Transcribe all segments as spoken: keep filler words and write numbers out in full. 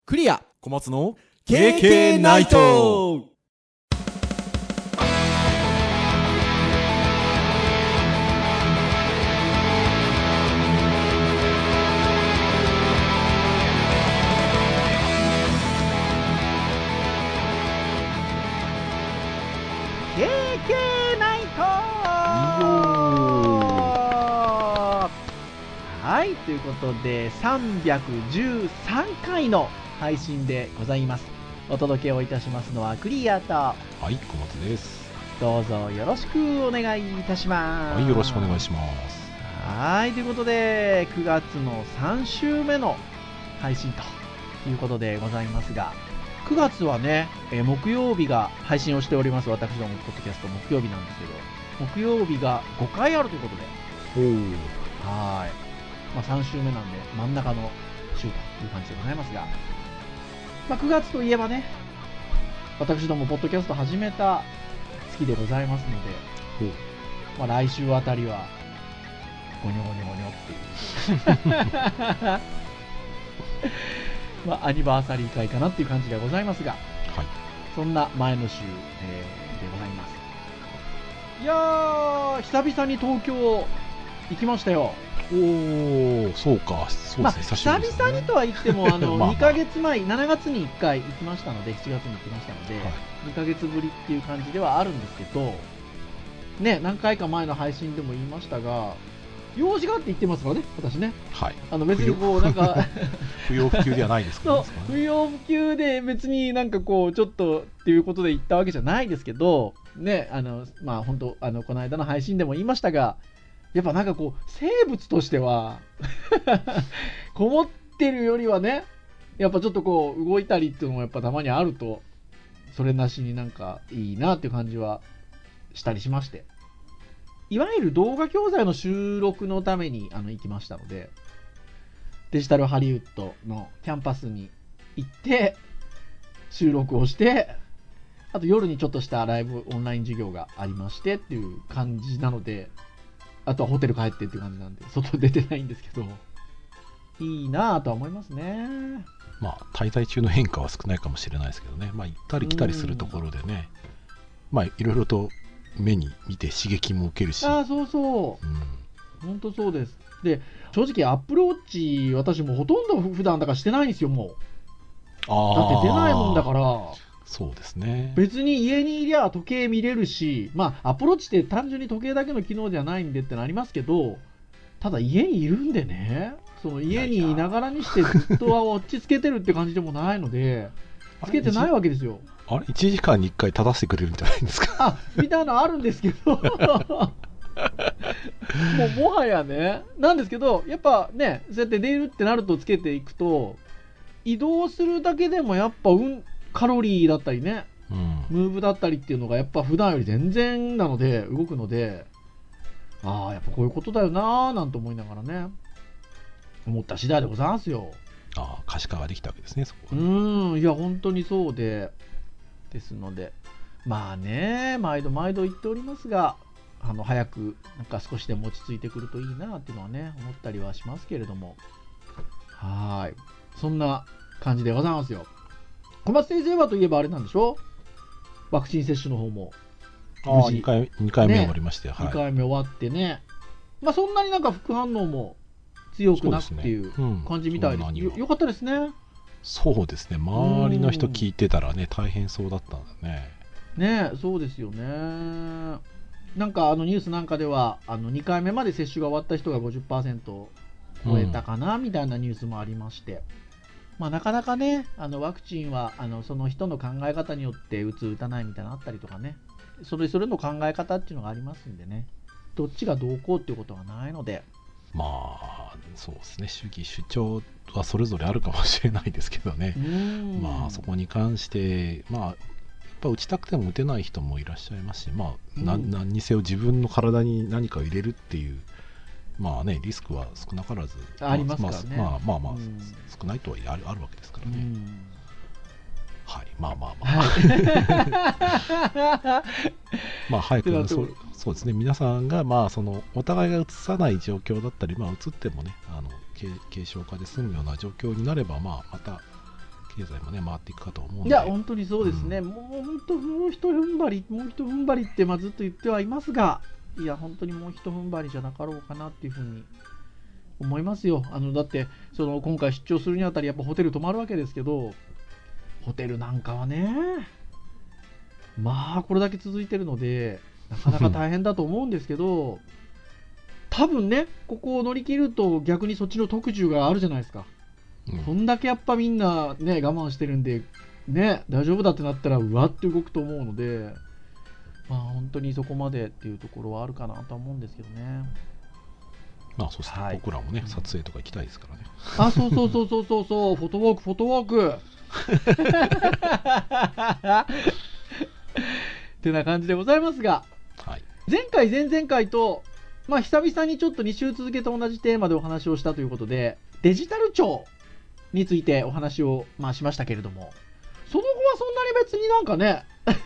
クリア小松のケーケー ナイト。 ケーケー ナイト。はい、ということでさんびゃくじゅうさんかいの配信でございます。お届けをいたしますのはクリアと、 はい、小松です。 どうぞよろしくお願いいたします。 はい、よろしくお願いします。 はい、ということでくがつのさん週目の配信ということでございますが、くがつはね、えー木曜日が配信をしております。私どもポッドキャスト木曜日なんですけど、木曜日がごかいあるということで、 おー、 はい、まあ、さん週目なんで真ん中の週という感じでございますが、まあ、くがつといえばね、私どもポッドキャスト始めた月でございますので、まあ、来週あたりはゴニョゴニョゴニョっていうまあアニバーサリー会かなっていう感じでございますが、 はい、 そんな前の週、えーでございます。いやー、久々に東京行きましたよ。 おー、そうか、そうまあ、 ですね、久しぶりですね。 久々にとは言ってもあのまあまあにかげつまえ、しちがつにいっかい行きましたので、しちがつに行きましたので、 はいにかげつぶりっていう感じではあるんですけどね、何回か前の配信でも言いましたが、用事があって言ってますからね、私ね。 はい、 あの別にこうなんか不要不急ではないですからそうね。 不要不急で別になんかこうちょっとっていうことで言ったわけじゃないですけどね、あのまあ本当あのこの間の配信でも言いましたが、やっぱなんかこう生物としてはこもってるよりはね、やっぱちょっとこう動いたりっていうのもやっぱたまにあると、それなしになんかいいなっていう感じはしたりしまして、いわゆる動画教材の収録のためにあの行きましたので、デジタルハリウッドのキャンパスに行って収録をして、あと夜にちょっとしたライブオンライン授業がありましてっていう感じなので、あとはホテル帰ってっていう感じなんで外出てないんですけど、いいなぁとは思いますね。 まあ、滞在中の変化は少ないかもしれないですけどね、まあ、行ったり来たりするところでね、まあ、いろいろと目に見て刺激も受けるし、 ああ、そうそう、 うん、 本当そうです。で、正直アップルウォッチ私もほとんど普段だからしてないんですよ。もうあだって出ないもんだら、 からそうですね。 別に家にいりゃ時計見れるし、まあアプローチって単純に時計だけの機能じゃないんでってなりますけど、ただ家にいるんでね、その家にいながらにしてずっとは落ち着けてるって感じでもないのでつけてないわけですよ。 あれいちじかんにいっかい立たせてくれるんじゃないんですか。 あ、みたいなのあるんですけどもうもはやね、なんですけど、やっぱね、そうやって出るってなるとつけていくと、移動するだけでもやっぱ、うん、カロリーだったりね、 うん、 ムーブだったりっていうのがやっぱ普段より全然なので、動くので、ああ、やっぱこういうことだよなーなんて思いながらね、思った次第でございますよ。 ああ、可視化ができたわけですね、そこうはね。 ーん、いや本当にそうで、ですので、まあね、毎度毎度言っておりますが、あの早くなんか少しでも落ち着いてくるといいなっていうのはね、思ったりはしますけれども、はい、そんな感じでございますよ。小松先生はといえばあれなんでしょ、ワクチン接種の方もああ、 無事にかい、にかいめね終わりまして、はい、 にかいめ終わってね、まあそんなになんか副反応も強くなくっていう感じみたいです。 そうですね、うん、 よ, よかったですね。 そうですね、周りの人聞いてたらね、大変そうだったんだね。 ねえ、そうですよね。なんかあのニュースなんかではあのにかいめまで接種が終わった人が ごじゅっパーセント を超えたかな、みたいなニュースもありまして、まあ、なかなかね、あのワクチンはあのその人の考え方によって打つ打たないみたいなのあったりとかね、それぞれの考え方っていうのがありますんでね、どっちがどうこうっていうことはないので、 まあそうですね、主義主張はそれぞれあるかもしれないですけどね、まあそこに関してまあやっぱ打ちたくても打てない人もいらっしゃいますし、まあ、うん、何にせよ自分の体に何かを入れるっていうまあね、リスクは少なからずありますからね、 まあまあまあ、まあうん、 少ないとはある、あるわけですからね、うん、はい、まあまあまあ、 はい、 まあ早くそ う, そうですね、皆さんがまあそのお互いがうつさない状況だったり、まあうつってもね、あの 軽, 軽症化で済むような状況になれば、まあまた経済もね回っていくかと思うんで。 いや本当にそうですね、 うん、 もう本当もう一踏ん張りもう一踏ん張りってまあずっと言ってはいますが、いや本当にもう一踏ん張りじゃなかろうかなっていうふうに思いますよ。あのだってその今回出張するにあたりやっぱホテル泊まるわけですけど、ホテルなんかはねまあこれだけ続いてるのでなかなか大変だと思うんですけど多分ねここを乗り切ると逆にそっちの特需があるじゃないですか、うん、こんだけやっぱみんなね我慢してるんでね大丈夫だってなったらうわって動くと思うので、まあ本当にそこまでっていうところはあるかなと思うんですけどね。 まあそして僕らもね、はい、撮影とか行きたいですからね。 あ、そうそうそうそうそうそうフォトウォークフォトウォークってな感じでございますが、はい、前回前々回とまあ久々にちょっとに週続けて同じテーマでお話をしたということでデジタル庁についてお話をまあしましたけれども、その後はそんなに別になんかね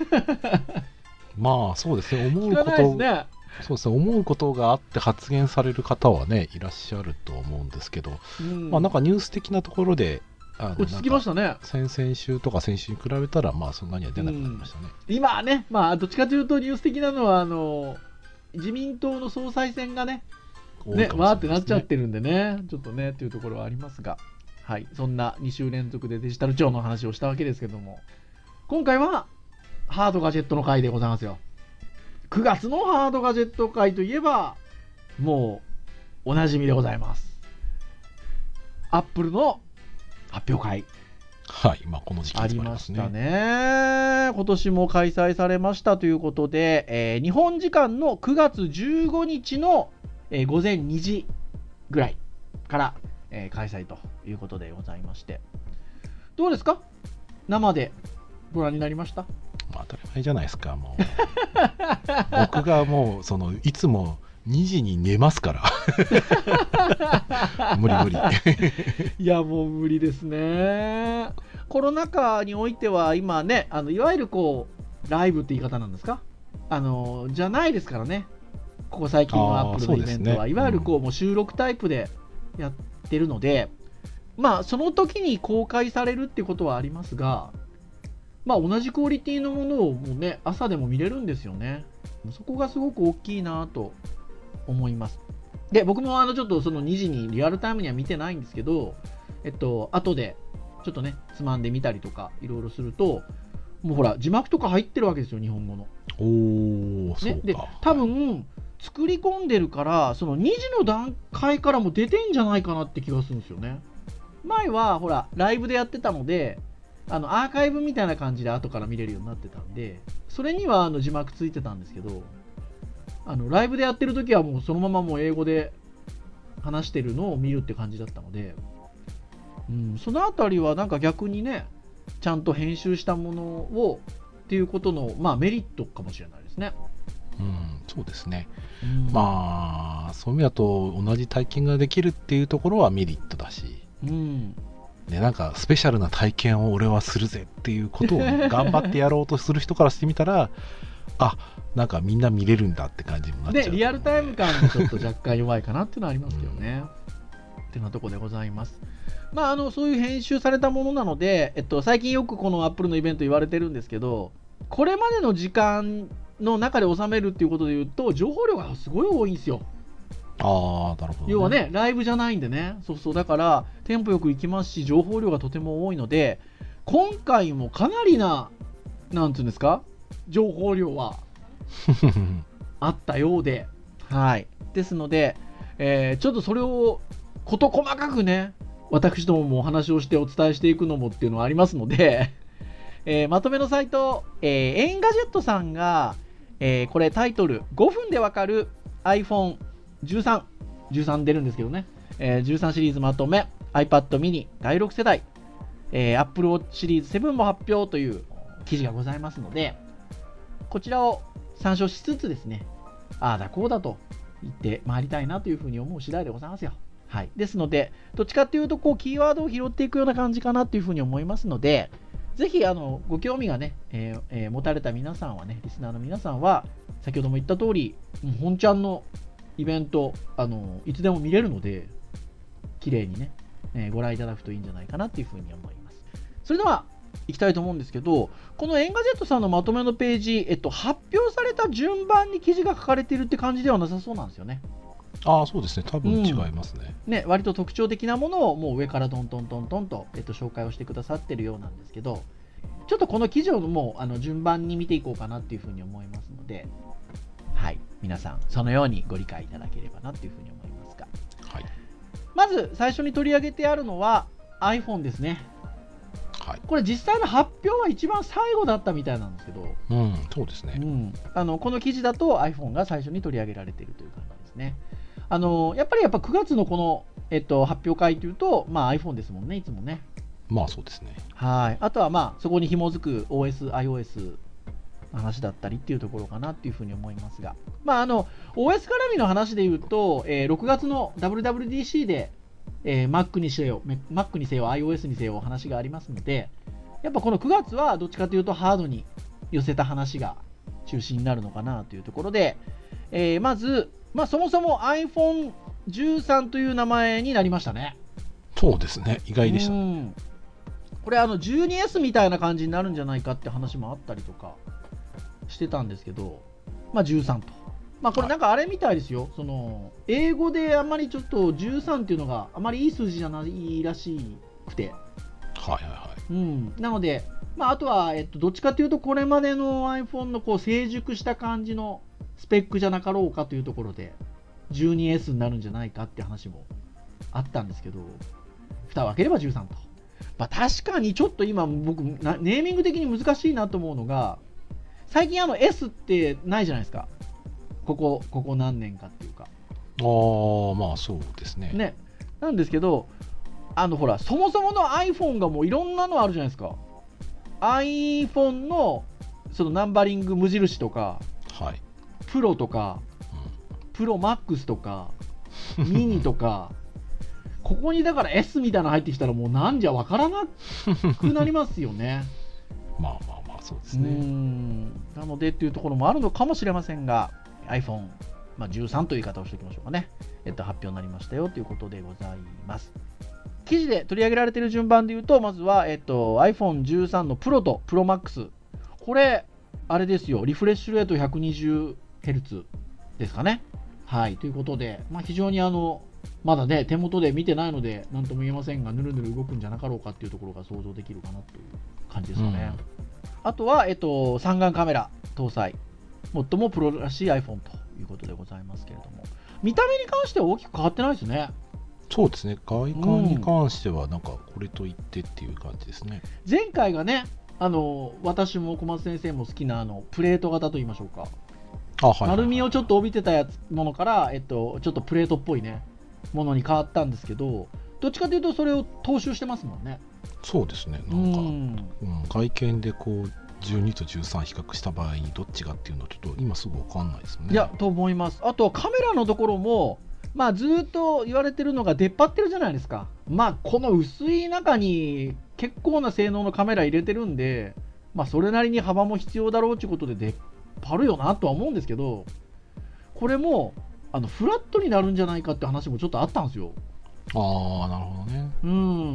まあそうですね思うこと、ね、そうですね思うことがあって発言される方はねいらっしゃると思うんですけど、うん、まあなんかニュース的なところで落ち着きましたね。 先々週とか先週に比べたらまあそんなには出なくなりましたね、 うん、今はねまあどっちかというとニュース的なのはあの自民党の総裁選がねねわーってなっちゃってるんでねちょっとねっていうところはありますが、はい、そんなに週連続でデジタル庁の話をしたわけですけども、今回はハードガジェットの回でございますよ。くがつのハードガジェット回といえばもうおなじみでございます。アップルの発表会、 はい、まあ、この時期ありましたね。今年も開催されましたということで、えー、日本時間のくがつじゅうごにちの、えー、午前にじぐらいから、えー、開催ということでございまして、どうですか生でご覧になりました？ 当たり前じゃないですか。もう僕がもうそのいつもにじに寝ますから無理無理いやもう無理ですね。コロナ禍においては今ねあのいわゆるこうライブって言い方なんですか、あのじゃないですからね。ここ最近のアップルのイベントは、ね、いわゆるこう、うん、もう収録タイプでやってるので、まあその時に公開されるってことはありますが、まあ同じクオリティのものをもうね朝でも見れるんですよね。そこがすごく大きいなと思います。で僕もあのちょっとそのにじにリアルタイムには見てないんですけど、えっと後でちょっとねつまんでみたりとかいろいろすると、もうほら字幕とか入ってるわけですよ日本語の。 おー、ね、そうか。 で多分作り込んでるからそのにじの段階からも出てんじゃないかなって気がするんですよね。前はほらライブでやってたのであのアーカイブみたいな感じで後から見れるようになってたんで、それにはあの字幕ついてたんですけど、あのライブでやってる時はもうそのままもう英語で話してるのを見るって感じだったので、うん、そのあたりはなんか逆にねちゃんと編集したものをっていうことの、まあ、メリットかもしれないですね。 うん、そうですね、うん、まあそういう意味だと同じ体験ができるっていうところはメリットだし、うんね、なんかスペシャルな体験を俺はするぜっていうことを、ね、頑張ってやろうとする人からしてみたらあ、なんかみんな見れるんだって感じになっちゃう、ね、 でリアルタイム感もちょっと若干弱いかなっていうのはありますけどね、うん、ってなとこでございます。まああのそういう編集されたものなので、えっと、最近よくこのアップルのイベント言われてるんですけど、これまでの時間の中で収めるっていうことでいうと情報量がすごい多いんですよ。 ああ、なるほど、ね、 要はねライブじゃないんでね、そうそう、だからテンポよく行きますし情報量がとても多いので、今回もかなりななんていうんですか情報量はあったようで、はい、ですので、えー、ちょっとそれを事細かくね私どももお話をしてお伝えしていくのもっていうのはありますので、えー、まとめのサイト、えー、エンガジェットさんが、えー、これタイトルごふんでわかる アイフォンじゅうさん じゅうさん出るんですけどね、えー、じゅうさんシリーズまとめ iPad mini だいろく世代、えー、Apple Watch シリーズななも発表という記事がございますので、こちらを参照しつつですね、ああだこうだと言って回りたいなというふうに思う次第でございますよ。はい、ですのでどっちかっていうとこうキーワードを拾っていくような感じかなというふうに思いますので、ぜひあのご興味がね、えーえー、持たれた皆さんはね、リスナーの皆さんは先ほども言った通り本ちゃんのイベントあのいつでも見れるので綺麗にね、えー、ご覧いただくといいんじゃないかなっていうふうに思います。 それでは行きたいと思うんですけど、このエンガジェットさんのまとめのページ、えっと、発表された順番に記事が書かれているって感じではなさそうなんですよね。 ああ、そうですね。多分違いますね。 うん、ね、割と特徴的なものをもう上からトントントントンと、えっと、紹介をしてくださってるようなんですけど、ちょっとこの記事をもうあの順番に見ていこうかなっていうふうに思いますので、はい、皆さんそのようにご理解いただければなっていうふうに思いますが、 はい、 まず最初に取り上げてあるのは iPhone ですね。はい、これ実際の発表は一番最後だったみたいなんですけど、 うん、そうですね、 うん、あのこの記事だと iPhone が最初に取り上げられているという感じですね。あのやっぱりやっぱくがつのこの、えっと、発表会というと、まあ、iPhone ですもんね、いつもね。 まあそうですね。 はい。あとはまあそこに紐づく オーエス、iOS の話だったりっていうところかなっていうふうに思いますが、まああの オーエス 絡みの話で言うと、えー、ろくがつの ダブリューダブリューディーシー で、えー、Mac にせよ Mac にせよ iOS にせよ話がありますので、やっぱこのくがつはどっちかというとハードに寄せた話が中心になるのかなというところで、えー、まず、まあ、そもそも アイフォンじゅうさん という名前になりましたね。 そうですね、意外でした。 うんこれあの じゅうにエス みたいな感じになるんじゃないかって話もあったりとかしてたんですけど、まあじゅうさんと。まあこれなんかあれみたいですよ。その英語であんまりちょっとじゅうさんっていうのがあまりいい数字じゃないらしくて。 はいはいはい。 うん。なので、まああとは、えっと、どっちかというとこれまでの iPhone のこう成熟した感じのスペックじゃなかろうかというところで じゅうにエス になるんじゃないかって話もあったんですけど、蓋を開ければじゅうさんと。まあ、確かにちょっと今僕ネーミング的に難しいなと思うのが、最近あの エス ってないじゃないですか、ここここ何年かっていうか。 ああ、まあそうですね。 ね、なんですけど、あのほらそもそもの iPhone がもういろんなのあるじゃないですか。 iPhone のそのナンバリング無印とか、 はい、 プロとか、うん、プロマックスとかミニとかここにだから エス みたいなの入ってきたらもうなんじゃわからなくなりますよね。 まあまあまあそうですね。うんなのでっていうところもあるのかもしれませんが、 iPhone、まあ、じゅうさんという言い方をしておきましょうかね。えっと、発表になりましたよということでございます。記事で取り上げられている順番でいうと、まずは、えっと、アイフォンじゅうさん のプロとプロマックス、これあれですよ、リフレッシュレート ひゃくにじゅうヘルツ ですかね。はいということで、まあ、非常にあのまだね手元で見てないので何とも言えませんが、ぬるぬる動くんじゃなかろうかっていうところが想像できるかなという感じですかね。うん、あとは、えっと、三眼カメラ搭載、最もプロらしい iPhone ということでございますけれども、見た目に関しては大きく変わってないですね。 そうですね、外観に関してはなんかこれといってっていう感じですね。 うん、前回がね、あの私も小松先生も好きなあのプレート型と言いましょうか、 あ、はいはいはい、 丸みをちょっと帯びてたやつものから、えっと、ちょっとプレートっぽいねものに変わったんですけど、どっちかというとそれを踏襲してますもんね。 そうですね、なんか、うんうん、外見でこうじゅうにとじゅうさん比較した場合にどっちがっていうのはちょっと今すぐ分かんないですよね。 いやと思います。あとカメラのところも、まあ、ずっと言われてるのが出っ張ってるじゃないですか。まあこの薄い中に結構な性能のカメラ入れてるんで、まあ、それなりに幅も必要だろうということで出っ張るよなとは思うんですけど、これもあのフラットになるんじゃないかって話もちょっとあったんですよ。 ああ、なるほどね。 うん、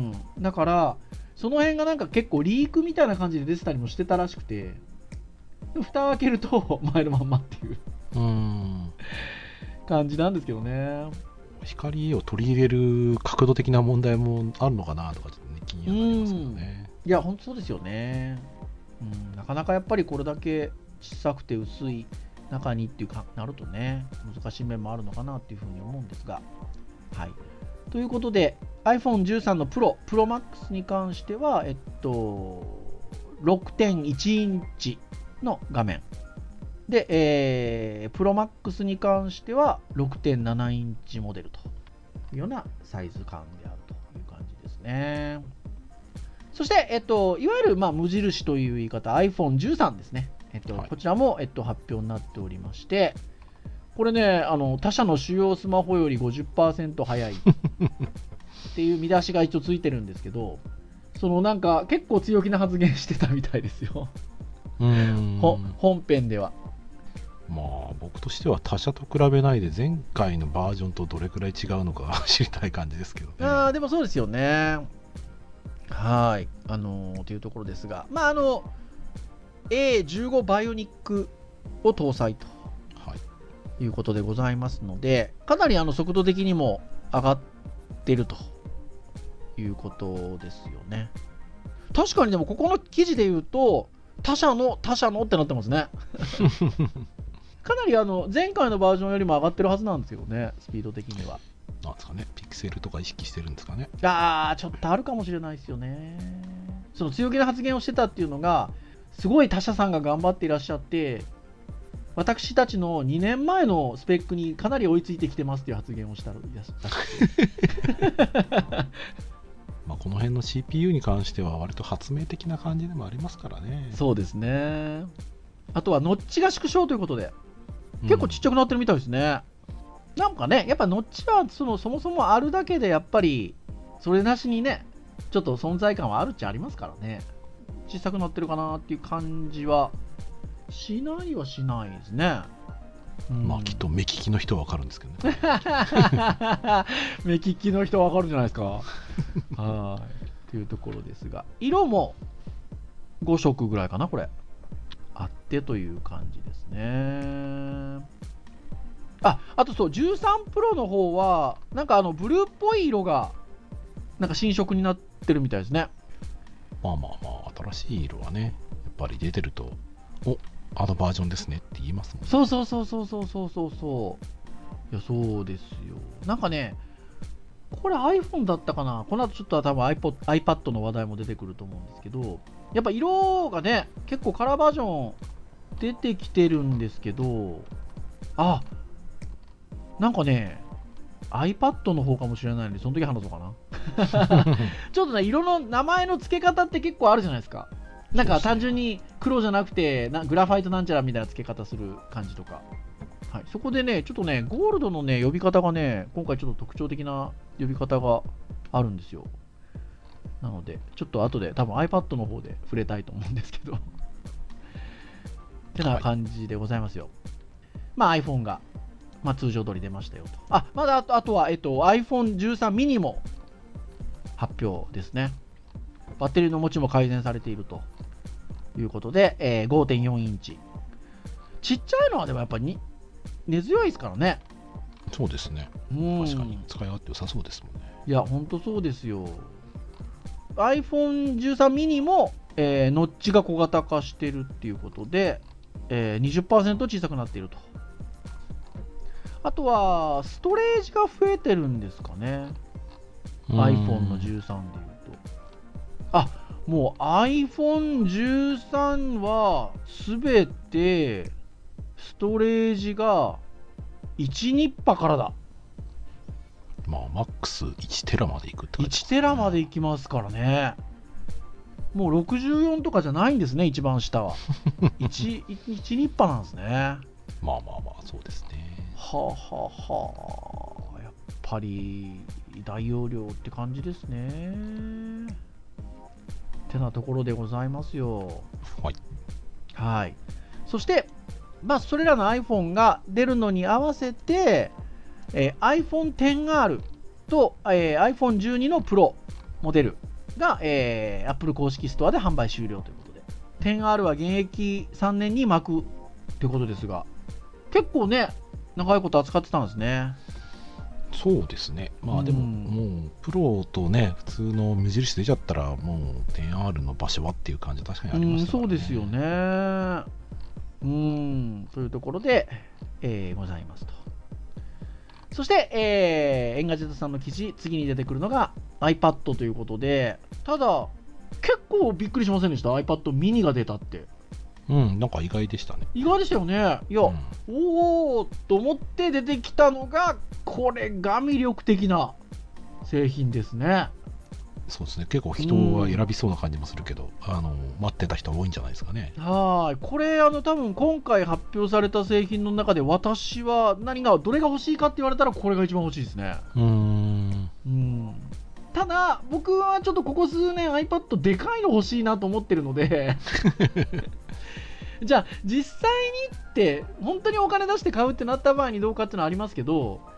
だからその辺がなんか結構リークみたいな感じで出てたりもしてたらしくて、蓋を開けると前のまんまっていううん感じなんですけどね。 光を取り入れる角度的な問題もあるのかなとかちょっと、ね、気になりますけどね。 いや本当そうですよね。うん、なかなかやっぱりこれだけ小さくて薄い中にっていうかなるとね、難しい面もあるのかなっていうふうに思うんですが、はい。ということで アイフォンじゅうさん のプロ、プロマックスに関しては、えっと、ろくてんいちインチの画面で、えー、プロマックスに関しては ろくてんななインチモデルというようなサイズ感であるという感じですね。そして、えっと、いわゆる、まあ、無印という言い方 アイフォンじゅうさん ですね。えっとはい、こちらも、えっと、発表になっておりまして、これね、あの他社の主要スマホより ごじゅっパーセント 早いっていう見出しが一応ついてるんですけど、そのなんか結構強気な発言してたみたいですよ。うーん本編では。 まあ僕としては他社と比べないで前回のバージョンとどれくらい違うのか知りたい感じですけどね。 あでもそうですよね。 はい、あのー、というところですが、まああの エーじゅうご バイオニックを搭載ということでございますので、かなりあの速度的にも上がってるということですよね。確かにでもここの記事で言うと他社の他社のってなってますねかなりあの前回のバージョンよりも上がってるはずなんですよね、スピード的には。 なんですかね、ピクセルとか意識してるんですかね。 あーちょっとあるかもしれないですよね。その強気な発言をしてたっていうのが、すごい他社さんが頑張っていらっしゃって、私たちのにねんまえのスペックにかなり追いついてきてますっていう発言をしたらまあこの辺の シーピーユー に関しては割と発明的な感じでもありますからね。 そうですね。あとはノッチが縮小ということで結構ちっちゃくなってるみたいですね、うん、なんかね、やっぱノッチはそのそもそもあるだけでやっぱりそれなしにね、ちょっと存在感はあるっちゃありますからね。小さくなってるかなっていう感じはしないはしないですね。うん、 まあきっと目利きの人は分かるんですけどね目利きの人は分かるんじゃないですかはいというところですが、色もご色ぐらいかな、これあってという感じですね。あ、あとそうじゅうさんプロの方はなんかあのブルーっぽい色がなんか新色になってるみたいですね。 まあまあまあ新しい色はね、やっぱり出てるとおあのバージョンですねって言いますもんね。 そうそうそうそうそうそうそうそう。いやそうですよ。なんかね、これ iPhone だったかな、この後ちょっと多分 iPod、iPad の話題も出てくると思うんですけど、やっぱ色がね結構カラーバージョン出てきてるんですけど、あ、なんかね iPad の方かもしれないのでその時話そうかなちょっとね色の名前の付け方って結構あるじゃないですか。なんか単純に黒じゃなくてなグラファイトなんちゃらみたいな付け方する感じとか、はい、そこでねちょっとねゴールドのね呼び方がね今回ちょっと特徴的な呼び方があるんですよ。なのでちょっと後で多分 iPad の方で触れたいと思うんですけどってな感じでございますよ、はい。まあ iPhone が、まあ、通常通り出ましたよと。あ、まだあと、あとは、えっと、アイフォンじゅうさんミニも発表ですね。バッテリーの持ちも改善されているということで、えー、ごてんよん インチ。ちっちゃいのはでもやっぱり根強いですからね。 そうですね。 うん、 確かに使い勝手良さそうですもんね。 いや、ほんとそうですよ。アイフォンじゅうさんミニも、えー、ノッチが小型化してるっていうことで、えー、にじゅっパーセント 小さくなっていると。あとはストレージが増えてるんですかね。 iPhone のじゅうさんでいうと、あ、もう アイフォンじゅうさん はすべてストレージがいちニッパからだ。 まあマックスいちテラまでいくって感じですね。 いちテラまでいきますからね。もうろくじゅうよんとかじゃないんですね、一番下は。1, いちニッパなんですね。 まあまあまあそうですね。 はあはあはあ、やっぱり大容量って感じですね。てなところでございますよ。 はい。 はい。そして、まあそれらの iPhone が出るのに合わせて、えー、アイフォンテンアール と、えー、アイフォンじゅうに の Pro モデルが、えー、Apple 公式ストアで販売終了ということで、テンアール は現役さんねんに巻くということですが、結構ね長いこと扱ってたんですね。 そうですね。まあでも、うん、もうプロとね普通の無印出ちゃったらもう テンアール の場所はっていう感じは確かにありましたからね。 うん、そうですよね。うん、というところで、えー、ございますと。そして、えー、エンガジェットさんの記事、次に出てくるのが iPad ということで、ただ結構びっくりしませんでした？ iPad mini が出たって。 うん、なんか意外でしたね。 意外でしたよね。いや、うん、おーと思って出てきたのが、これが魅力的な製品ですね。 そうですね。結構人は選びそうな感じもするけど、うん、あの待ってた人多いんじゃないですかね。 はい。これあの多分今回発表された製品の中で、私は何がどれが欲しいかって言われたらこれが一番欲しいですね。 うーん。 うん。ただ僕はちょっとここ数年 iPad でかいの欲しいなと思ってるので。じゃあ実際にって本当にお金出して買うってなった場合にどうかっていうのはありますけど、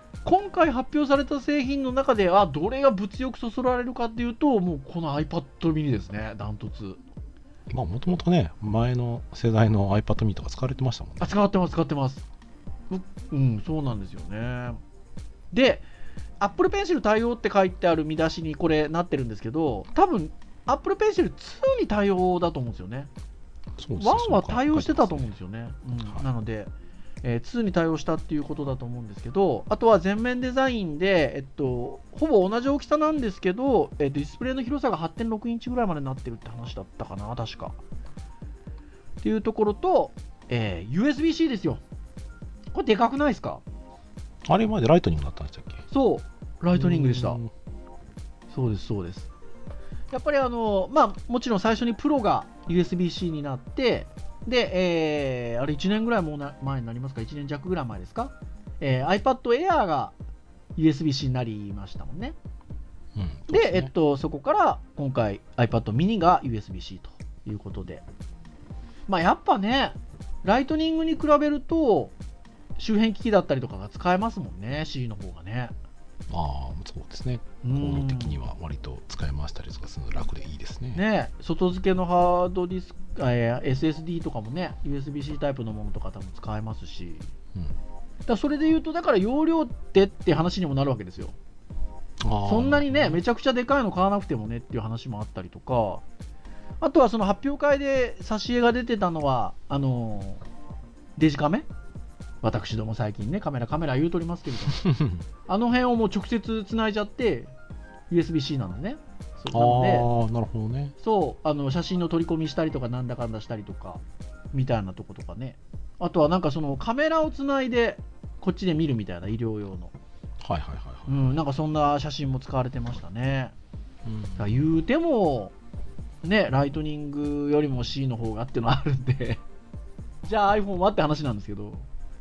今回発表された製品の中であどれが物欲そそられるかっていうと、もうこの iPad mini ですね、ダントツ。 まあもともとね、前の世代の iPad mini とか使われてましたもんね。 あ、使ってます使ってます。う、うん、そうなんですよね。で、Apple Pencil 対応って書いてある見出しにこれなってるんですけど、多分 Apple Pencil ツーに対応だと思うんですよね。 そうですね、 ワンは対応してたと思うんですよね。うんはい、 なので、えー、ツーに対応したっていうことだと思うんですけど、あとは全面デザインで、えっと、ほぼ同じ大きさなんですけど、えー、ディスプレイの広さが はってんろく インチぐらいまでになってるって話だったかな、確か。っていうところと、えー、ユーエスビー-C ですよ。これでかくないですか？ あれまでライトニングだったんでしたっけ？ そう、ライトニングでした。そうです、そうです。やっぱりあの、まあ、もちろん最初にプロが ユーエスビー-C になって、で、えー、あれいちねんぐらいもう前になりますか、いちねん弱ぐらい前ですか、えー、iPad Air が ユーエスビー-C になりましたもんね。 うん、 で、 でね、 えっと、そこから今回 iPad mini が ユーエスビー-C ということで、まあ、やっぱね、ライトニングに比べると周辺機器だったりとかが使えますもんね、C の方がね。 ああ、そうですね。効能的には割と使い回したりとかするの楽でいいですね。 ね、外付けのハードディスク、えー、エスエスディー とかもね、ユーエスビー-C タイプのものとか多分使えますし、うん、だそれで言うと、だから容量ってって話にもなるわけですよ。そんなにね、めちゃくちゃでかいの買わなくてもねっていう話もあったりとか、あとはその発表会で挿絵が出てたのは、あのー、デジカメ、私ども最近ね、カメラカメラ言うとりますけれども、あの辺をもう直接つないじゃって、ユーエスビー-C なんでね。 そうなので、ああ、なるほどね。 そう、あの写真の取り込みしたりとか、なんだかんだしたりとか、みたいなとことかね。あとはなんかそのカメラをつないで、こっちで見るみたいな、医療用の。 はいはいはい、はい。 うん、なんかそんな写真も使われてましたね。うん、だから言うても、ね、ライトニングよりも C の方がっていうのはあるんで、じゃあ iPhone はって話なんですけど。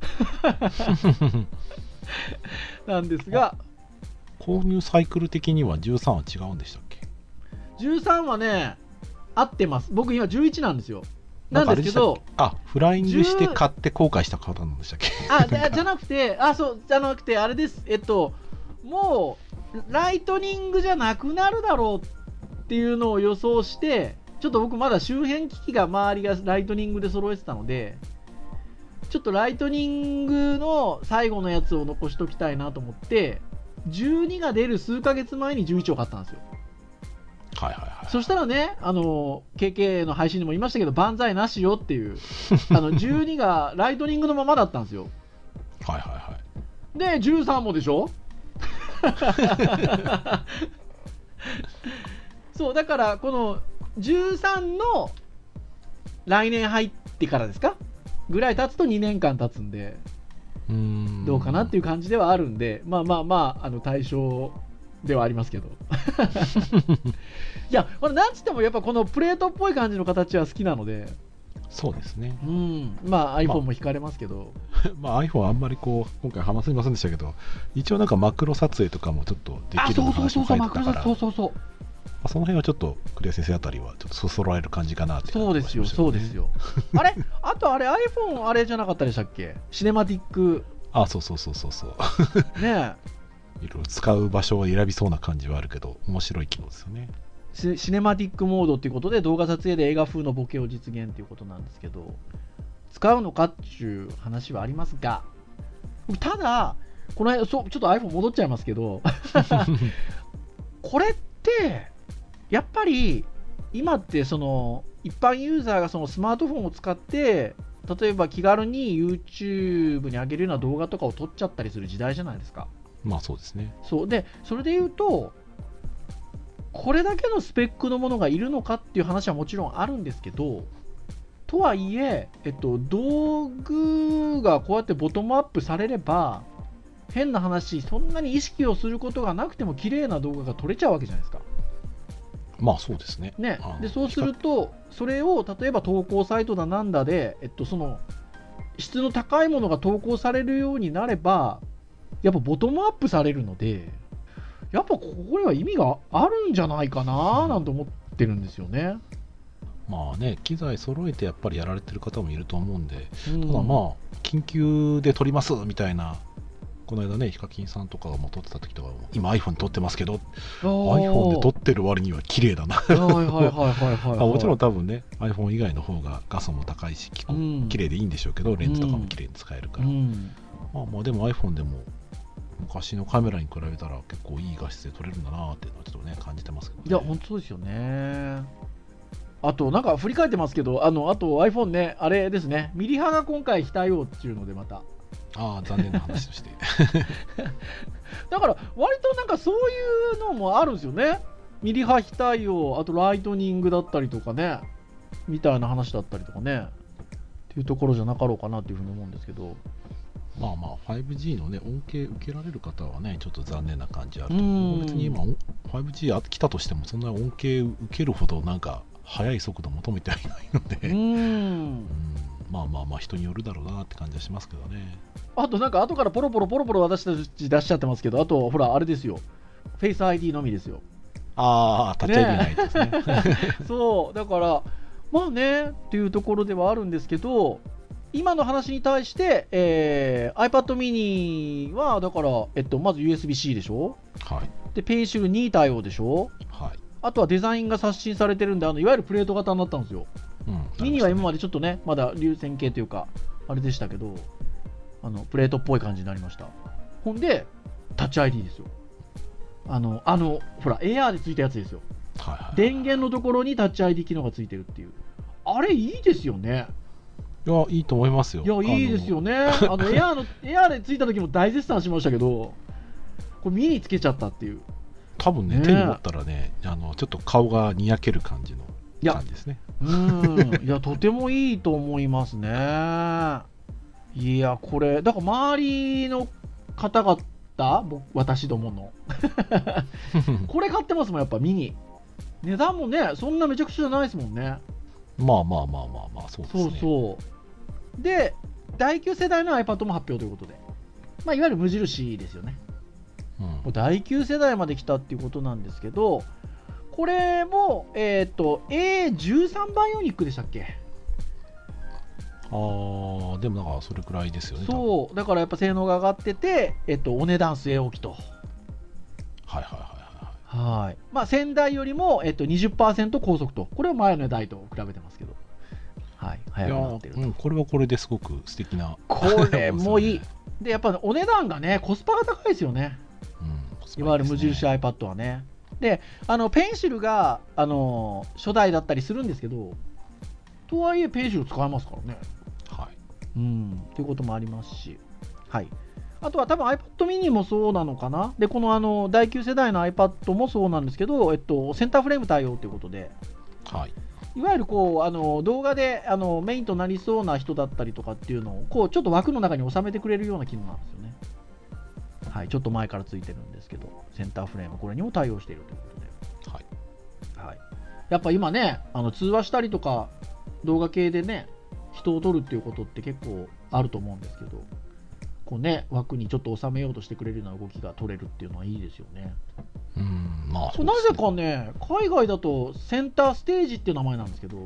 なんですが、 購入サイクル的にはじゅうさんは違うんでしたっけ？ じゅうさんはね、合ってます。僕今じゅういちなんですよ。なんですけど、 あ、フライングして買って後悔した方なんでしたっけ？ あ、じゃなくて、あ、そう、じゃなくて、あれです。えっと、もう、ライトニングじゃなくなるだろうっていうのを予想して、ちょっと僕まだ周辺機器が周りがライトニングで揃えてたので、ちょっとライトニングの最後のやつを残しときたいなと思って、じゅうにが出る数ヶ月前にじゅういちを買ったんですよ。 はいはいはい。 そしたらね、あの ケーケー の配信でも言いましたけど、万歳なしよっていうあのじゅうにがライトニングのままだったんですよ。 はいはいはい。 でじゅうさんもでしょそうだからこのじゅうさんの来年入ってからですかぐらい経つとにねんかん経つんで、うーんどうかなっていう感じではあるんで、まあまあまあ、あの対象ではありますけどいや、なんつってもやっぱこのプレートっぽい感じの形は好きなので、 そうですね。 うん、まあ iPhone も惹かれますけど、 まあ、まあ、iPhone あんまりこう今回話せませんでしたけど、一応なんかマクロ撮影とかもちょっとできるような話も書いてたから、 そうそうそう、 その辺はちょっと栗谷先生あたりはちょっとそそられる感じかなって、ね、 そうですよそうですよあれあとあれ iPhone あれじゃなかったでしたっけ、シネマティック、 あ、そうそうそうそうそうねえいろいろ使う場所を選びそうな感じはあるけど面白い機能ですよね。 シネマティックモードっていうことで動画撮影で映画風のボケを実現っていうことなんですけど、使うのかっていう話はありますが、ただこの間そうちょっと iPhone 戻っちゃいますけどこれってやっぱり今ってその一般ユーザーがそのスマートフォンを使って例えば気軽に YouTube に上げるような動画とかを撮っちゃったりする時代じゃないですか。 まあそうですね。 そうで、それで言うとこれだけのスペックのものがいるのかっていう話はもちろんあるんですけど、とはいえ、えっと、道具がこうやってボトムアップされれば変な話、そんなに意識をすることがなくても綺麗な動画が撮れちゃうわけじゃないですか。 まあそうですね。 ね、でそうするとそれを例えば投稿サイトだなんだで、えっと、その質の高いものが投稿されるようになればやっぱボトムアップされるので、やっぱこれは意味があるんじゃないかななんて思ってるんですよね。 まあね、機材揃えてやっぱりやられてる方もいると思うんで、 うん、 ただまあ緊急で撮りますみたいなこの間ねヒカキンさんとかがもう撮ってた時とかも今 iPhone 撮ってますけどおー iPhone で撮ってる割には綺麗だなはいはいはいはいはい、はい、 あもちろん多分ね iPhone 以外の方が画素も高いし結構綺麗でいいんでしょうけど、うん、レンズとかも綺麗に使えるから、うん、まあまあでも iPhone でも昔のカメラに比べたら結構いい画質で撮れるんだなっていうのはちょっとね感じてますけどね。 いや本当そうですよね。あとなんか振り返ってますけど、あのあと iPhone ねあれですね、ミリ波が今回非対応っていうのでまたああ残念な話としてだから割となんかそういうのもあるんですよね。ミリ波非対応、あとライトニングだったりとかねみたいな話だったりとかねっていうところじゃなかろうかなっていうふうに思うんですけど、 まあまあ ファイブジー のね恩恵受けられる方はねちょっと残念な感じあると思う。別に今 ファイブジー 来たとしてもそんな恩恵受けるほどなんか速い速度求めてはいないので、うんうんまあまあまあ人によるだろうなって感じはしますけどね。 あとなんか後からポロポロポロポロ私たち出しちゃってますけど、あとほらあれですよ、フェイス アイディー のみですよ。 ああタッチ アイディー ないですね。 ねそうだからまあねっていうところではあるんですけど、今の話に対して、えー、iPad mini はだから、えっと、まず ユーエスビー-C でしょ、 はい、 でペンシルに対応でしょ、 はい、 あとはデザインが刷新されてるんで、あのいわゆるプレート型になったんですよ、うんね、ミニは今までちょっとねまだ流線形というかあれでしたけど、あのプレートっぽい感じになりました。ほんでタッチ アイディー ですよ。あのあのほら エーアール でついたやつですよ、はいはいはい、電源のところにタッチ アイディー 機能がついてるっていう、あれいいですよね。 いやいいと思いますよ。 いやいいですよね。あのエアーのエアーでついた時も大絶賛しましたけど、これミニつけちゃったっていう。 多分 ね, ね手に持ったらねあのちょっと顔がにやける感じの感じですね。 うんいやとてもいいと思いますね。いやこれだから周りの方々僕私どものこれ買ってますもんやっぱミニ。値段もねそんなめちゃくちゃじゃないですもんね。 まあまあまあまあまあそうですね。 そうそうでだいきゅう世代の iPad も発表ということで、まあ、いわゆる無印ですよね、うん、だいきゅう世代まで来たっていうことなんですけど、これも、えー、と エーじゅうさん バイオニックでしたっけ。 あーでもなんかそれくらいですよね。 そうだからやっぱ性能が上がってて、えっと、お値段据え置きと。 はいはいはいはい、まあ、先代よりも、えっと、にじゅっパーセント 高速と、これは前の代と比べてますけど、はい、早くなってると。 いや、うん、これはこれですごく素敵なこれもいいでやっぱ、ね、お値段がねコスパが高いですよね、うん、いわゆる無印 iPad はね。であのペンシルがあの初代だったりするんですけど、とはいえペンシル使えますからね、 はい、 うん、ということもありますし、はい、あとは多分 iPad mini もそうなのかな。でこのあのだいきゅう世代の iPad もそうなんですけど、えっと、センターフレーム対応ということで、 はい、 いわゆるこうあの動画であのメインとなりそうな人だったりとかっていうのをこうちょっと枠の中に収めてくれるような機能なんですよね。はい、ちょっと前からついてるんですけど、センターフレームこれにも対応しているということで、はいはい、やっぱ今ねあの通話したりとか動画系でね人を撮るっていうことって結構あると思うんですけど、こうね、枠にちょっと収めようとしてくれるような動きが取れるっていうのはいいですよね。 うん、まあそうですね。なぜかね海外だとセンターステージっていう名前なんですけど、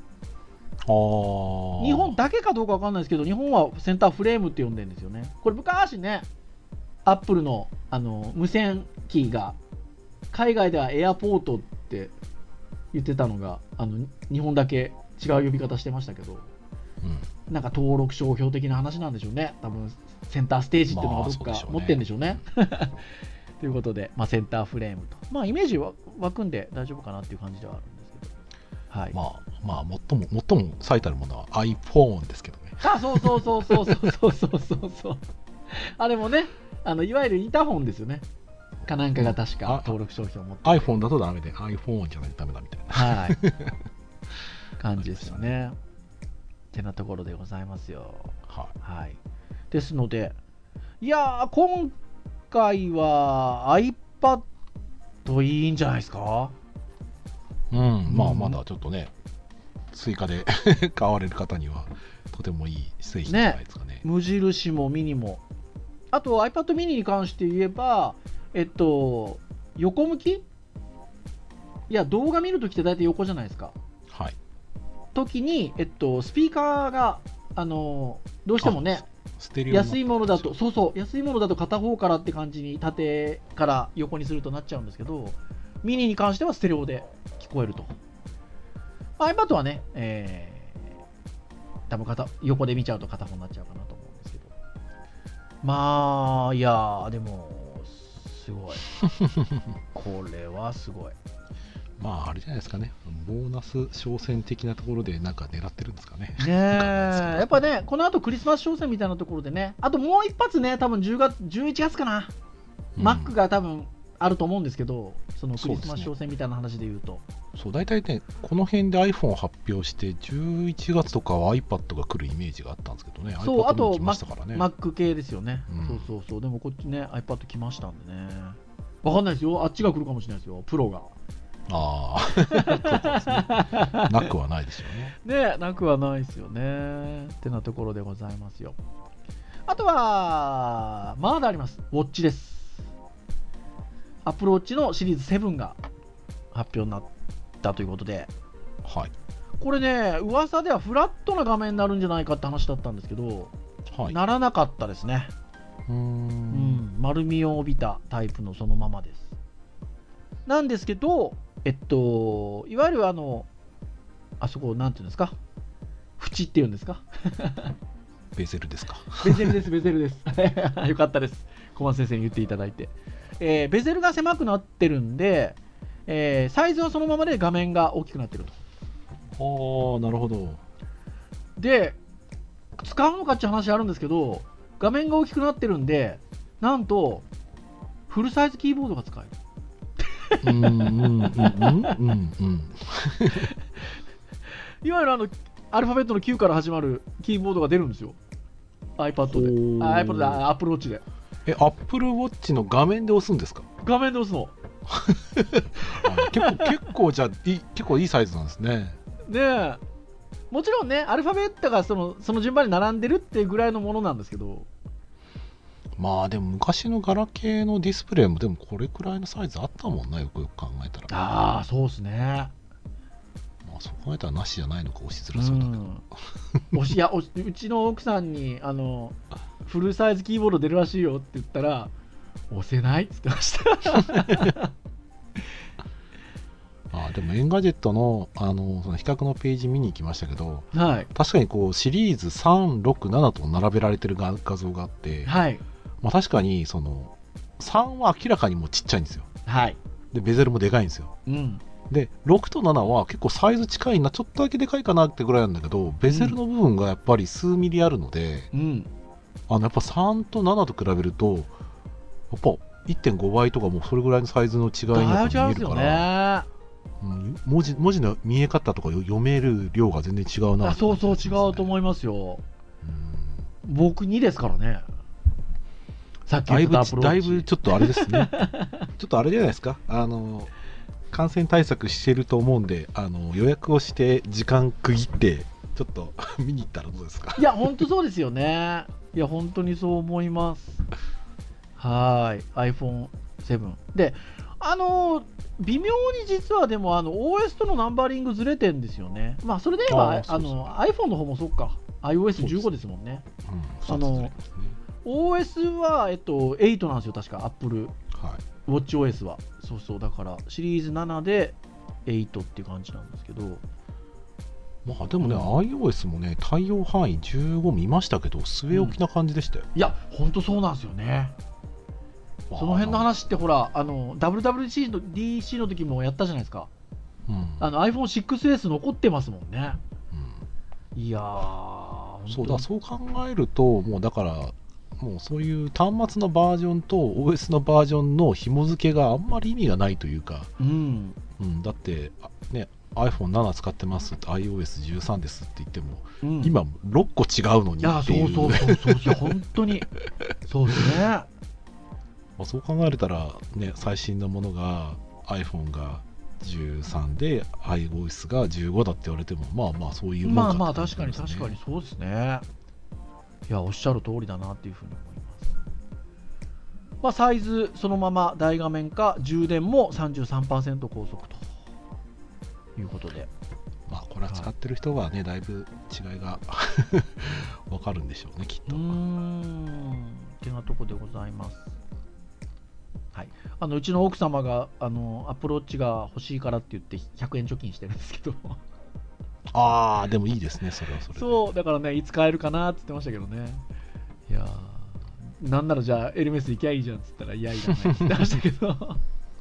あ日本だけかどうかわかんないですけど、日本はセンターフレームって呼んでるんですよね。これ昔ねアップルのあの無線機が海外ではエアポートって言ってたのが、あの日本だけ違う呼び方してましたけど、うん、なんか登録商標的な話なんでしょうね。多分センターステージっていうのがどっか持ってるんでしょうね。ということで、まあ、センターフレームと、まあ、イメージは湧くんで大丈夫かなっていう感じではあるんですけど、はい、 まあまあ最も最も最たるものは iPhone ですけどね。 あ、そうそうそうそうそうそうそうそうそうあれもね、あのいわゆるインターホンですよね。かなんかが確か登録商標を持って、 うん、iPhone だとダメで iPhone じゃないとダメだみたいな、 はい、感じですよね。ってなところでございますよ。 はい、 はい、ですので、いやー今回は iPad いいんじゃないですか。 うん、まあまだちょっとね、追加で買われる方にはとてもいい製品じゃないですかね。 無印もミニも、あと iPad mini に関して言えば、えっと横向き、いや動画見るときって大体横じゃないですか。 はい。 時に、えっと、スピーカーがあのどうしてもねステレオになって安いものだと、そうそう安いものだと片方からって感じに縦から横にするとなっちゃうんですけど、ミニに関してはステレオで聞こえると。まあ、iPad はね、えー、多分片横で見ちゃうと片方になっちゃうかなと思うんですけど、まあいやーでもすごいこれはすごい。 まああれじゃないですかね、ボーナス商戦的なところでなんか狙ってるんですかね。 ねえやっぱね、この後クリスマス商戦みたいなところでね、あともう一発ね、多分じゅうがつじゅういちがつかな、 うん、 マックが多分あると思うんですけど、そのクリスマス商戦みたいな話で言うと、 そう大体ね、この辺で iPhone を発表してじゅういちがつとかは iPad が来るイメージがあったんですけどね。 そう iPad あとも来ましたからね。 Mac 系ですよね、 うん、 そうそうそう。でもこっちね iPad 来ましたんでね、わかんないですよ、あっちが来るかもしれないですよ、プロが。 ああなくはないでしょうね。 ねなくはないですよねってなところでございますよ。あとはまだあります、ウォッチです。アップルウォッチのシリーズセブンが発表になったということで、 はい、 これね噂ではフラットな画面になるんじゃないかって話だったんですけど、 はい、 ならなかったですね。 うーん、 うん、丸みを帯びたタイプのそのままです。なんですけど、えっといわゆるあのあそこなんていうんですか、縁っていうんですかベゼルですか。 ベゼルですベゼルですよかったです、小松先生に言っていただいて、えー、ベゼルが狭くなってるんで、えー、サイズはそのままで画面が大きくなってると。 ああなるほど。 で使うのかって話あるんですけど、画面が大きくなってるんで、なんとフルサイズキーボードが使える。 うんうんうんうんうんいわゆるあのアルファベットの Q から始まるキーボードが出るんですよ、 iPad で。あ iPad で Apple Watch で。 え Apple Watch の画面で押すんですか？ 画面で押すの結構結構じゃあいい結構いいサイズなんですね。 ねえ、もちろんねアルファベットがそのその順番に並んでるっていうぐらいのものなんですけど、 まあでも昔のガラケーのディスプレイもでもこれくらいのサイズあったもんな、よくよく考えたら。 ああそうですね。 まあそう考えたらなしじゃないのか、押しづらそうだけど、 うん、おしいやおしうちの奥さんにあのフルサイズキーボード出るらしいよって言ったら、押せないって言ってましたあでもエンガジェット の, あのその比較のページ見に行きましたけど、 はい、 確かにこうシリーズさん、ろく、ななと並べられてる画画像があって、 はい、 まあ、確かにそのさんは明らかにもうちっちゃいんですよ。 はい、 でベゼルもでかいんですよ。 うん、 でろくとななは結構サイズ近いな、ちょっとだけでかいかなってぐらいなんだけど、ベゼルの部分がやっぱり数ミリあるので、 うん、 あのやっぱさんとななと比べるとやっぱ いってんご 倍とかもうそれぐらいのサイズの違いにやっぱ見えるから、 ね、 うん、文字文字の見え方とか読める量が全然違うな、 あそうそう違うと思いますよ。うん、僕にですからね。さっき言ったアプローチだいぶちょっとあれですねちょっとあれじゃないですか、あの感染対策してると思うんで、あの予約をして時間区切ってちょっと見に行ったらどうですか。 いや本当そうですよね。いや本当にそう思います。はい アイフォンセブン で、あの微妙に実はでもあの オーエス とのナンバリングずれてんですよね。まあそれで言えばあそうそうの iPhone の方もそっか アイオーエスじゅうご ですもんね。 うん、 あの オーエス は、えっと、エイトなんですよ確か Apple、 はい、 ウォッチ オーエス は。そうそう、だからシリーズななでエイトっていう感じなんですけど、 まあでもね、うん、iOS もね対応範囲じゅうご見ましたけど据え置きな感じでしたよ、 うん、いや本当そうなんですよね。その辺の話ってほらあの ダブリューダブリューディーシー の ディーシー の時もやったじゃないですか、うん、あの アイフォンシックスエス 残ってますもんね、うん、いやーそうだ、そう考えるともうだからもうそういう端末のバージョンと オーエス のバージョンの紐付けがあんまり意味がないというか、うんうん、だってね アイフォンセブン 使ってますって アイオーエスじゅうさん ですって言っても、うん、今ろっこ違うのにっていう。 いやそうそうそうそう本当にそうですねまあそう考えたらね最新のものが iPhone がじゅうさんで iOS がじゅうごだって言われてもまあまあそういうもんか、ね、 まあまあ確かに確かにそうですね。いやおっしゃる通りだなっていうふうに思います。まあ、サイズそのまま大画面か充電も さんじゅうさんパーセント 高速ということで、 まあ、 これは使ってる人がね、だいぶ違いが分かるんでしょうね、きっと。 うーんってなとこでございます。はい、あのうちの奥様があのアプローチが欲しいからって言ってひゃくえん貯金してるんですけどああ、でもいいですね、それはそれで。 そうだからね、いつ買えるかなって言ってましたけどね。いやー、なんならじゃあエルメス行きゃいいじゃんっつったら、いやいらないって言ってましたけど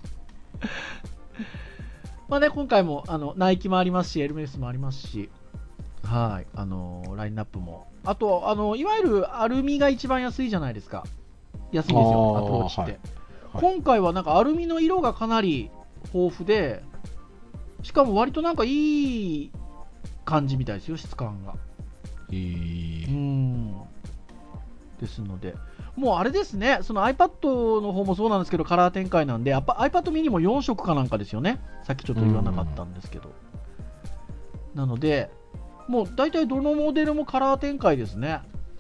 まあね、今回もあのナイキもありますし、エルメスもありますし、はい、あのラインナップも、あとあのいわゆるアルミが一番安いじゃないですか。安いんですよ、アプローチって、 はいはい、 今回はなんかアルミの色がかなり豊富で、しかも割となんかいい感じみたいですよ、質感が。 えー、 うーんですので、もうあれですね、その iPad の方もそうなんですけど、カラー展開なんで、やっぱ iPad mini もよん色かなんかですよね、さっきちょっと言わなかったんですけど。なので、もう大体どのモデルもカラー展開ですね。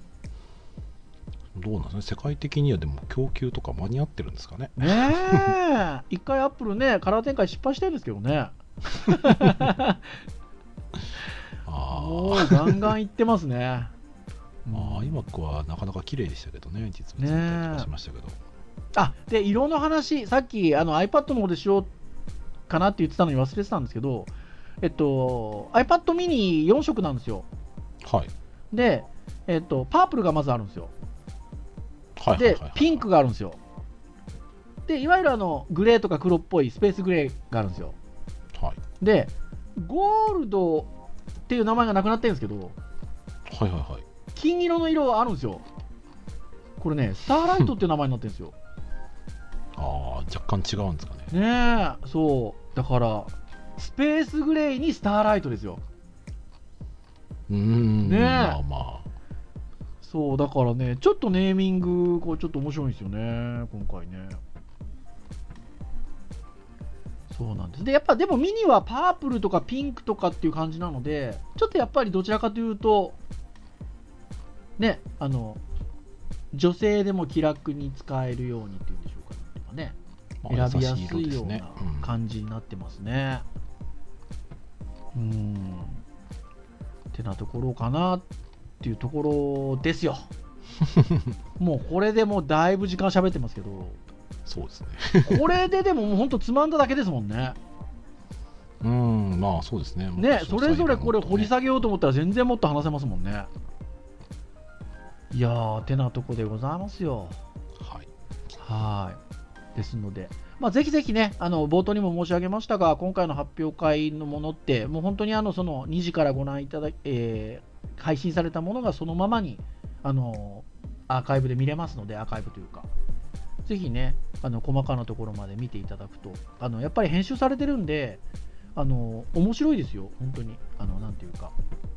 どうなんですね、世界的にはでも供給とか間に合ってるんですかね。 ねえ、一回アップルね、カラー展開失敗したんですけどね。 あもうガンガンいってますね。 まあ、iMac はなかなか綺麗でしたけどね、実物見たりとかしましたけど。 あ、で、色の話、さっきあの iPad の方でしようかなって言ってたのに忘れてたんですけど、えっと、iPad mini よん色なんですよ。 はい。 で、えっと、パープルがまずあるんですよ。 はいはいはいはい、 で、ピンクがあるんですよ。で、いわゆるあのグレーとか黒っぽいスペースグレーがあるんですよ。 はい。 で、ゴールドっていう名前がなくなってるんですけど、 はいはいはい。 金色の色があるんですよ。これね、スターライトっていう名前になってるんですよ。 ああ、若干違うんですかね。 ねえ、そう。だから、スペースグレーにスターライトですよ。 うーん、 ねえ、 まあまあ。 そう、だからね、ちょっとネーミング、こうちょっと面白いんですよね、今回ね。そうなんです。で、やっぱでもミニはパープルとかピンクとかっていう感じなので、ちょっとやっぱりどちらかというと、ね、あの、女性でも気楽に使えるようにっていうんでしょうかね、 まあ、 選びやす色ですねいような感じになってますね。うん、うーんってなところかなっていうところですよ。もうこれでもうだいぶ時間喋ってますけど、 そうですね。 これででももうほんとつまんだだけですもんね。 うん、まあそうですね。 ね、それぞれこれ掘り下げようと思ったら全然もっと話せますもんね。いやー、てなとこでございますよ。 はい。 はいですので、まあ、ぜひぜひね、あの冒頭にも申し上げましたが、今回の発表会のものって、もう本当にあのそのにじからご覧いただき、えー、配信されたものがそのままにあのアーカイブで見れますので、アーカイブというか、ぜひね、あの細かなところまで見ていただくと、あのやっぱり編集されてるんで、あの面白いですよ、本当に。あのなんていうか、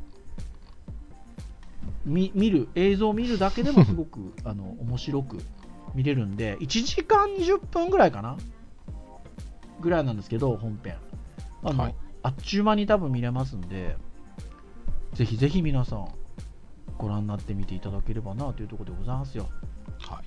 見見る映像を見るだけでもすごくあの面白く見れるんで、いちじかんにじゅっぷんぐらいかなぐらいなんですけど、本編あの、はい、あっちゅう間に多分見れますんで、ぜひぜひ皆さんご覧になってみていただければなというところでございますよ。 はい、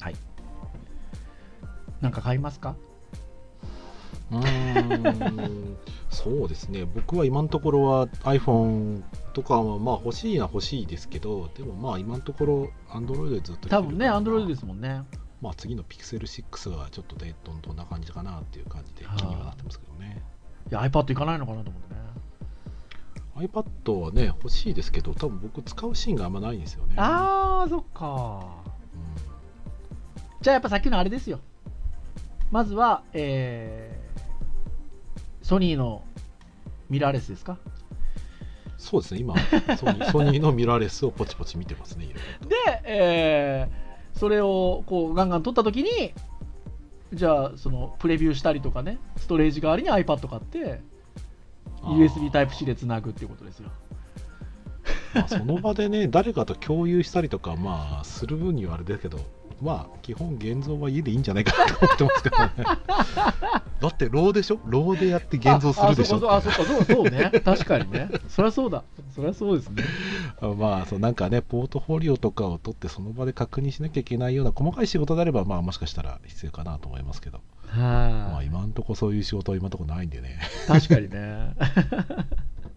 はい、なんか買いますか？ うーんそうですね、僕は今のところは iPhone とかはまあ欲しいのは欲しいですけど、でもまあ今のところ Android でずっと多分ね Android ですもんね。 まあ次の ピクセルシックス がちょっとでどんどんな感じかなっていう感じで気にはなってますけどね。 いや iPad いかないのかなと思ってね。 iPad はね欲しいですけど、多分僕使うシーンがあんまないんですよね。 あーそっか、うん、じゃあやっぱさっきのあれですよ。まずは、えー、ソニーのミラーレスですか？ そうですね、今ソニー、ソニーのミラーレスをポチポチ見てますね。いろいろとで、えー、それをこうガンガン撮った時に、じゃあそのプレビューしたりとかね、ストレージ代わりに iPad 買って ユーエスビー タイプ C でつなぐっていうことですよ。 まあその場でね誰かと共有したりとかまあする分にはあれだけど、まあ基本現像は家でいいんじゃないかなと思ってますけどね。だってローでしょ、ローでやって現像するでしょ。 ああ、そっかそっか、そうそうね、確かにね、そりゃそうだ、そりゃそうですね。 まあそうなんかねポートフォリオとかを取ってその場で確認しなきゃいけないような細かい仕事であればまあもしかしたら必要かなと思いますけど、 はまあ今んとこそういう仕事は今んとこないんでね。 確かにね。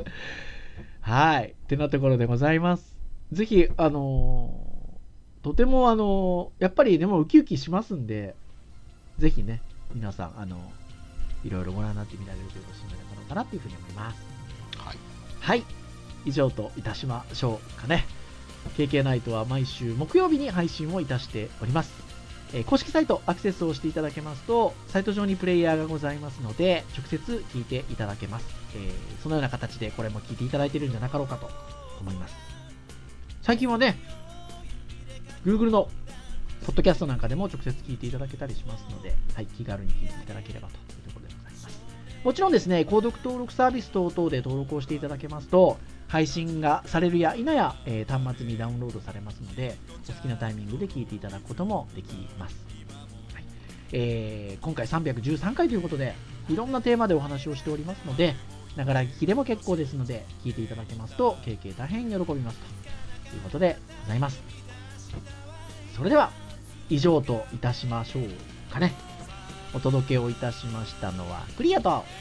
はいってなところでございます。ぜひあのー、とてもあのー、やっぱりでもウキウキしますんで、ぜひね皆さんあのいろいろご覧になってみられるとよろしいんじゃないかなというふうに思います。 はい、 はい、以上といたしましょうかね。 ケーケー ナイトは毎週木曜日に配信をいたしております。えー公式サイトアクセスをしていただけますと、サイト上にプレイヤーがございますので直接聞いていただけます。えーそのような形でこれも聞いていただいているんじゃなかろうかと思います。最近はね Google のポッドキャストなんかでも直接聞いていただけたりしますので、はい、気軽に聞いていただければというところでございます。もちろんですね、購読登録サービス等々で登録をしていただけますと、配信がされるや否や、えー端末にダウンロードされますので、お好きなタイミングで聞いていただくこともできます。はい、えー今回さんびゃくじゅうさんかいということで、いろんなテーマでお話をしておりますので、ながら聞きでも結構ですので、聞いていただけますと、ケーケー大変喜びますということでございます。それでは、以上といたしましょうかね。お届けをいたしましたのはクリアと、 はい、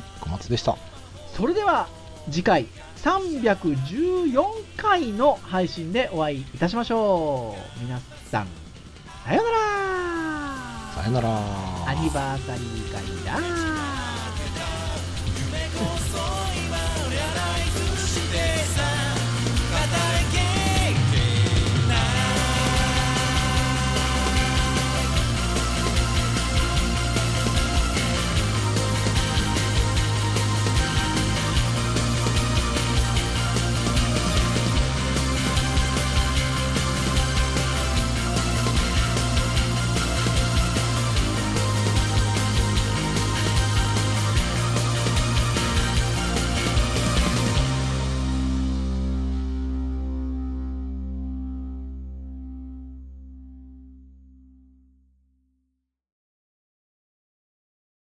小松でした。 それでは次回さんびゃくじゅうよんかいの配信でお会いいたしましょう。皆さんさようなら。 さよなら。 アニバーサリー会だ。